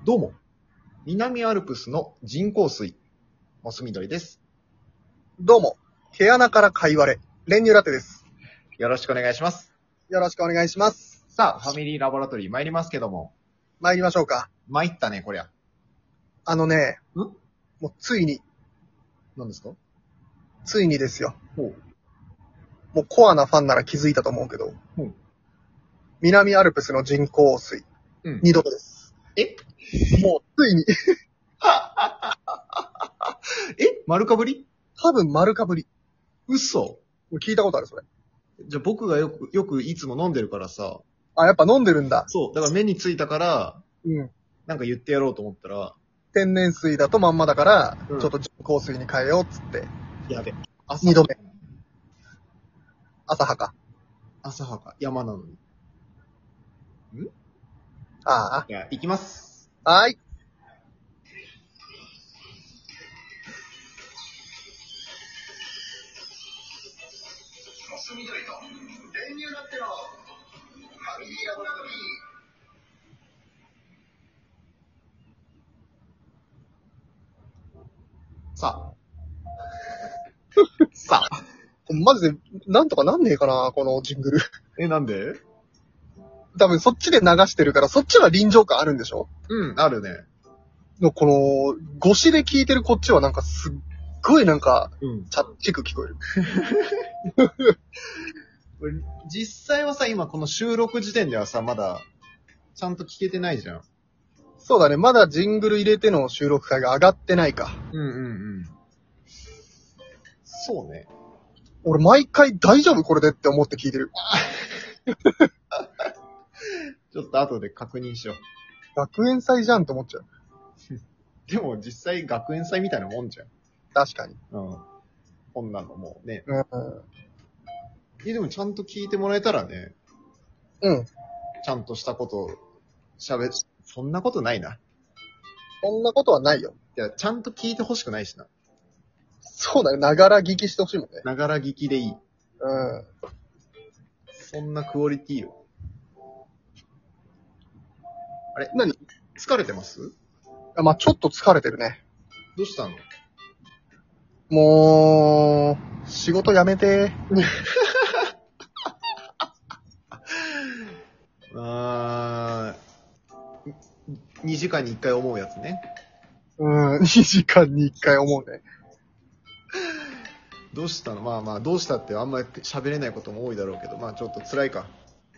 どうも、南アルプスの人工水、モス緑です。 どうも、毛穴から貝割れ、練乳ラテです。 よろしくお願いします。 よろしくお願いします。 さあ、ファミリーラボラトリー参りますけども。 参りましょうか。 参ったね、こりゃ。 もうついに、 何ですか？ ついにですよ。 ほう。 もうコアなファンなら気づいたと思うけど、南アルプスの人工水、 うん。 2度目です。 えもうついに、 丸かぶり？ 多分丸かぶり。 嘘。 もう聞いたことある、それ。 じゃあ僕がよくいつも飲んでるからさ。 あ、やっぱ飲んでるんだ。 そう。だから目についたから、 うん。 なんか言ってやろうと思ったら、 天然水だとまんまだから、 うんちょっと人工水に変えようっつって、 やべ。 二度目。朝はか。 朝はか、山なのに。 あいや、行きます。 あ。はーい。 モス緑と練乳ラテのファミリーラボラトリー。 さあ。さあ。 マジで、なんとかなんねえかな、このジングル。 なんで？ 多分そっちで流してるから、そっちは臨場感あるんでしょ？ うん、あるね。 のこの、越しで聞いてるこっちはなんかすっごいなんか、 うん。 チャッチく聞こえる。 実際はさ、今この収録時点ではさ、まだ、ちゃんと聞けてないじゃん。 そうだね、まだジングル入れての収録回が上がってないか。 うんうんうん。そうね。 俺毎回大丈夫これでって思って聞いてる。 ちょっと後で確認しよ学園祭じゃんって思っちゃう。 う。でも実際学園祭みたいなもんじゃん。 確かに。 うん。こんなのもうね。 うん。 でもちゃんと聞いてもらえたらね、 うん。 ちゃんとしたことをそんなことないな。 そんなことはないよ。 いや、ちゃんと聞いてほしくないしな。 そうだよ、ながら聞きしてほしいもんね。 ながら聞きでいい。 うん。 そんなクオリティよ。あれ何？ 疲れてます？ まあちょっと疲れてるね。 どうしたの？ もう、仕事辞めて。 2時間に1回思うやつね。 2時間に1回思うね。 どうしたの？まあ、どうしたってあんまり喋れないことも多いだろうけど、まあちょっと辛いか。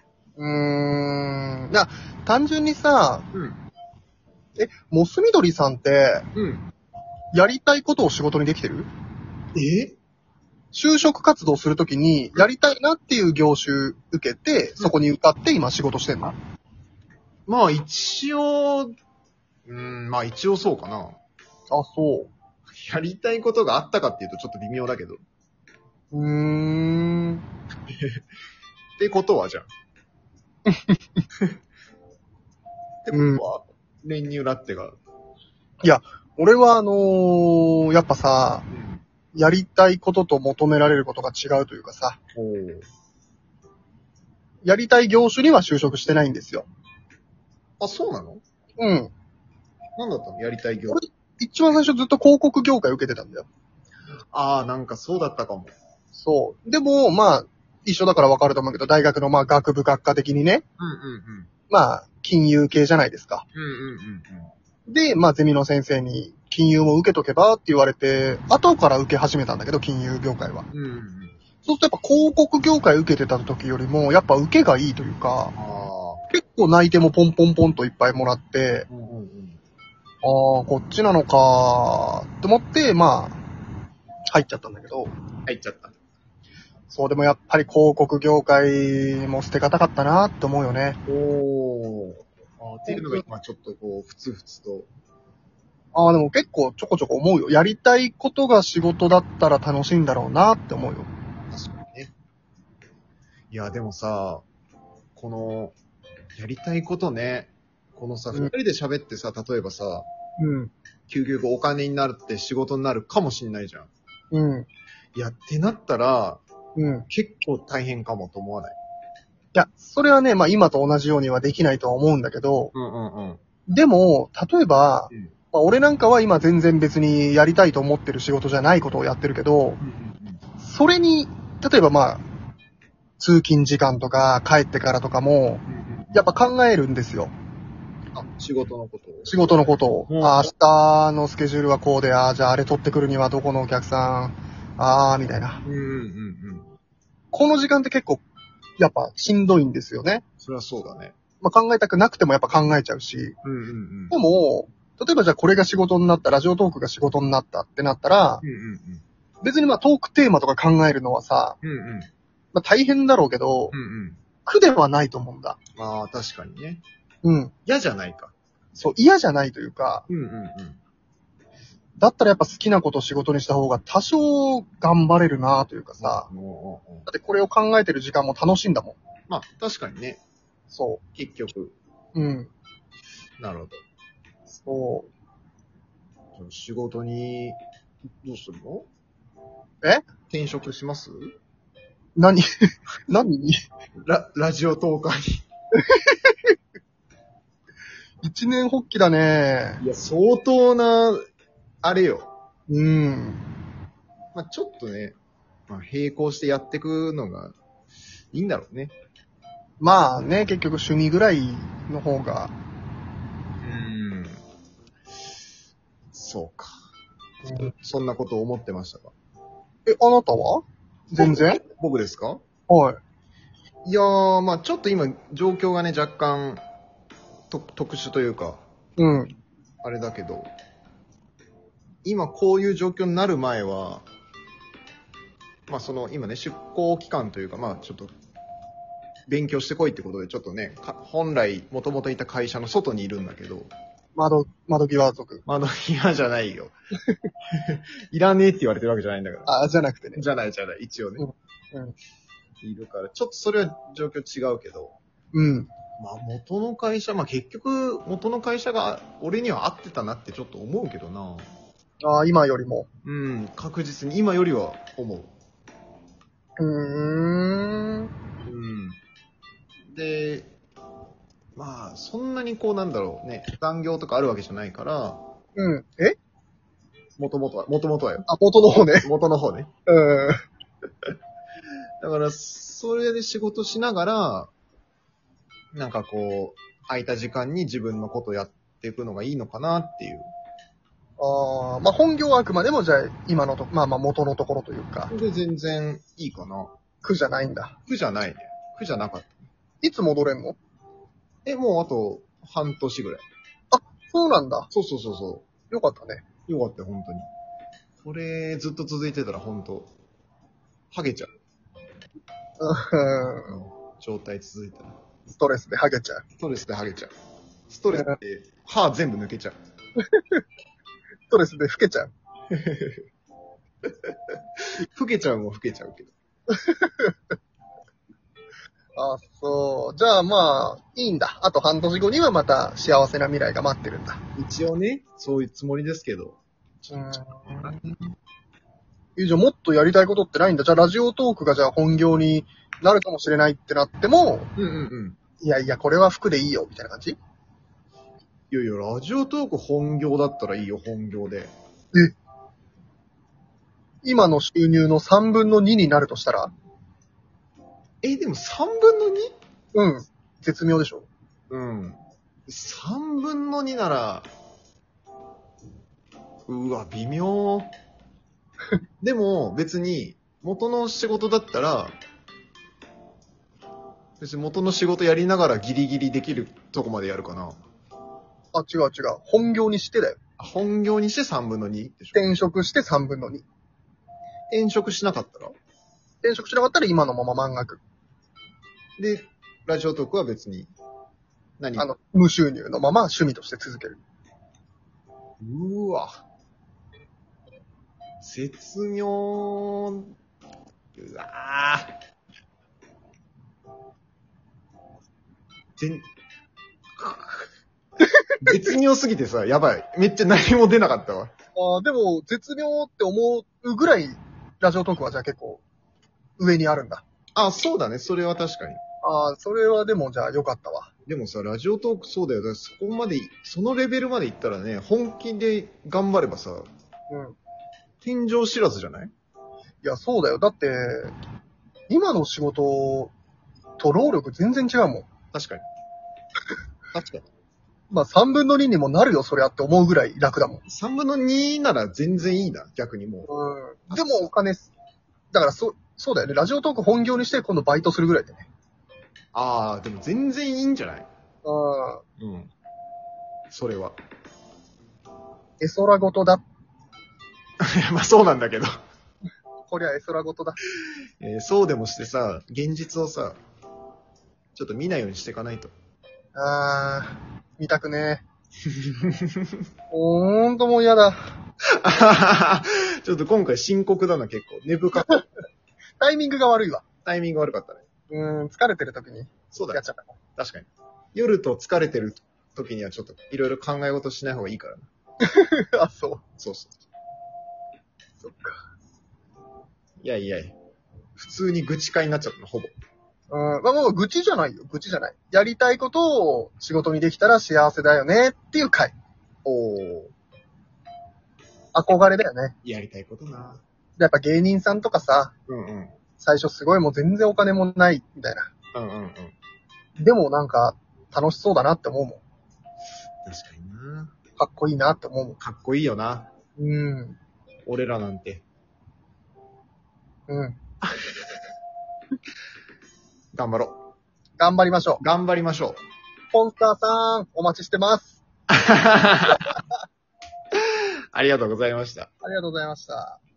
単純にさ、 うん。 モス緑さんって、 うん。 やりたいことを仕事にできてる？ え？ 就職活動するときに、やりたいなっていう業種受けて、そこに受かって今仕事してんの？ まあ一応、まあ一応そうかな。 あ、そやりたいことがあったかっていうとちょっと微妙だけど。っう。 てことはじゃん。ってことは、練乳ラッテが。 俺はやっぱさ、やりたいことと求められることが違うというかさ、やりたい業種には就職してないんですよ。 あ、そうなの？ うん。 なんだったの？やりたい業。 一番最初ずっと広告業界受けてたんだよ。 ああ、なんかそうだったかも。 そう。でも、まあ、一緒だからわかると思うけど、大学のまあ学部学科的にね、 うんうんうん。 まあ、金融系じゃないですか。 うんうんうんうん。 で、まあ、ゼミの先生に、金融も受けとけばって言われて、後から受け始めたんだけど、金融業界は。 うんうんうん。 そうするとやっぱ広告業界受けてた時よりも、やっぱ受けがいいというか、 あ結構内定もポンポンポンといっぱいもらって、 あ。うんうんうん。 こっちなのかーって思って、まあ、入っちゃったんだけど、 入っちゃった。 そうでもやっぱり広告業界も捨てがたかったなって思うよね。 おー。っていうのが今ちょっとこう、ふつふつと。 でも結構ちょこちょこ思うよ。やりたいことが仕事だったら楽しいんだろうなって思うよ。 確かにね。いや、でもさ、この、やりたいことね、このさ、 うん二人で喋ってさ、例えばさ、 うん。 究極お金になるって仕事になるかもしんないじゃん。 うん。 いや、ってなったら、 うん。い結構大変かもと思わない？ や、それはね、まあ今と同じようにはできないとは思うんだけど、 うんうんうん。 でも、例えば、 うん。 まあ、俺なんかは今全然別にやりたいと思ってる仕事じゃないことをやってるけど、それに、例えばまあ、通勤時間とか帰ってからとかも、やっぱ考えるんですよ。 あ、仕事のことを。 仕事のことを。 うんあ、明日のスケジュールはこうで、あ、じゃああれ取ってくるにはどこのお客さん、みたいな。 うんうんうん。 この時間って結構、やっぱしんどいんですよね。 そりゃそうだね。 まあ、考えたくなくてもやっぱ考えちゃうし。 うんうんうん。 でも、例えばじゃあこれが仕事になった、ラジオトークが仕事になったってなったらう、んうん別にまあトークテーマとか考えるのはさ、 うん。うんうん。 まあ大変だろうけど、 うんうん。 苦ではないと思うんだ。 まあ、確かにね。 うん。 嫌じゃないか。 そう、嫌じゃないというか、 うんうんうん。 だったらやっぱ好きなことを仕事にした方が多少頑張れるなというかさ、 もうだってこれを考えてる時間も楽しいんだもん。 まあ、確かにね。 そ結局。 う。うん。 なるほそど。仕事に、どうするの？ え？ 転職します？ う。何何にラジオ東海。 一年発起だね。 いや、相当な、あれよ。 うん。 まあ、ちょっとね、まあ、並行してやっていくのがいいんだろうね。 まあね、結局趣味ぐらいの方が。 そうか。そんなことを思ってましたか？ え、あなたは全然僕ですか？ はい。 いやー、まあちょっと今、状況がね、若干、特殊というか、 うん。 あれだけど、今こういう状況になる前は、まあその、今ね、出向期間というか、まあちょっと、勉強してこいってことで、ちょっとね、本来、もともといた会社の外にいるんだけど、 窓際族。 まあ、嫌じゃないよ。いらねえって言われてるわけじゃないんだから。 あ、じゃなくてね。 じゃない、一応ね。 うん。 いるから、ちょっとそれは状況違うけど、 うん。 まあ元の会社、まあ結局、元の会社が俺には合ってたなってちょっと思うけどな。 あ、今よりも。 うん、確実に今よりは思う。 うん。 で、まあ、そんなにこうなんだろうね、残業とかあるわけじゃないから、 うん。え？ 元々はよ。 あ、元の方ね。 元の方ね。 うん。 だから、それで仕事しながら、なんかこう、空いた時間に自分のことやっていくのがいいのかなっていう。 ああ、まあ、本業はあくまでもじゃあ、今のと、まあまあ元のところというかそ、れで全然いいかな。 苦じゃないんだ。 苦じゃないね。苦じゃなかった。 いつ戻れんの？ もうあと半年ぐらい。 そうなんだ。 そうそうそうそよかったね。 う。よかったよ、本当に。これずっと続いてたら本当、ハゲちゃう。 うん。 状態続いたら。 ストレスでハゲちゃう。 ストレスでハゲちゃう。ストレスって歯全部抜けちゃう。 ストレスで老けちゃう。 老けちゃうも老けちゃうけど。 あ、そう。じゃあまあ、いいんだ。あと半年後にはまた幸せな未来が待ってるんだ。 一応ね、そういうつもりですけど。 じゃあもっとやりたいことってないんだ。じゃあラジオトークがじゃあ本業になるかもしれないってなっても、 うんうんうん。 いやいや、これは服でいいよ、みたいな感じ？ いやいや、ラジオトーク本業だったらいいよ、本業で。 今の収入の3分の2になるとしたら？ でも3分の 2？ うん。絶妙でしょ？ うん。3分の2なら、うわ、微妙。でも、別に、元の仕事だったら、別に元の仕事やりながらギリギリできるとこまでやるかな。 あ、違う違う。本業にしてだよ。 本業にして3分の 2? でしょ。 転職して3分の2。 転職しなかったら転職しなかったら今のまま満額。 で、ラジオトークは別に、 無収入のまま趣味として続ける。 うわ。絶妙。うわ絶妙すぎてさ、やばい。めっちゃ何も出なかったわ。 でも、絶妙って思うぐらい、ラジオトークはじゃあ結構、上にあるんだ。 そうだね。それは確かに。 それはでもじゃあ良かったわ。 でもさ、ラジオトークそうだよ。だからそこまで、そのレベルまでいったらね、本気で頑張ればさ、 うん。 天井知らずじゃない？ いや、そうだよ。だって、今の仕事と労力全然違うもん。 確かに。確かに。 まあ3分の2にもなるよ、そりゃって思うぐらい楽だもん。 3分の2なら全然いいな、逆にもう。 うん。でもお金、だからそうだよね。ラジオトーク本業にして今度バイトするぐらいでね。 ああ、でも全然いいんじゃない？ うん。 うん。それは。 絵空事だ。 まあそうなんだけど。 こりゃ絵空事だ。 そうでもしてさ、現実をさ、ちょっと見ないようにしていかないと。 見たくねえ。ほんともう嫌だ。 ちょっと今回深刻だな、結構。根深かった。 タイミングが悪いわ。 タイミング悪かったね。 疲れてる時にそうだよやっち。ゃったか確かに。夜と疲れてる時にはちょっといろいろ考え事しない方がいいからな。 ら。あ、そう。 そうそう。 そっか。 いやいや、普通に愚痴会になっちゃったの、ほぼ。 まあもう愚痴じゃないよ。愚痴じゃない。やりたいことを仕事にできたら幸せだよねっていう回。 おー。 憧れだよね。 やりたいことな。 やっぱ芸人さんとかさ、 うんうん。 最初すごいもう全然お金もないみたいな。 うんうんうん。 でもなんか楽しそうだなって思うもん。 確かにな。 かっこいいなって思うもん。 かっこいいよな。俺らなんて。頑張ろ頑張りましょう。 う。頑張りましょう。 スポンサーさん、お待ちしてます。 ありがとうございました。 ありがとうございました。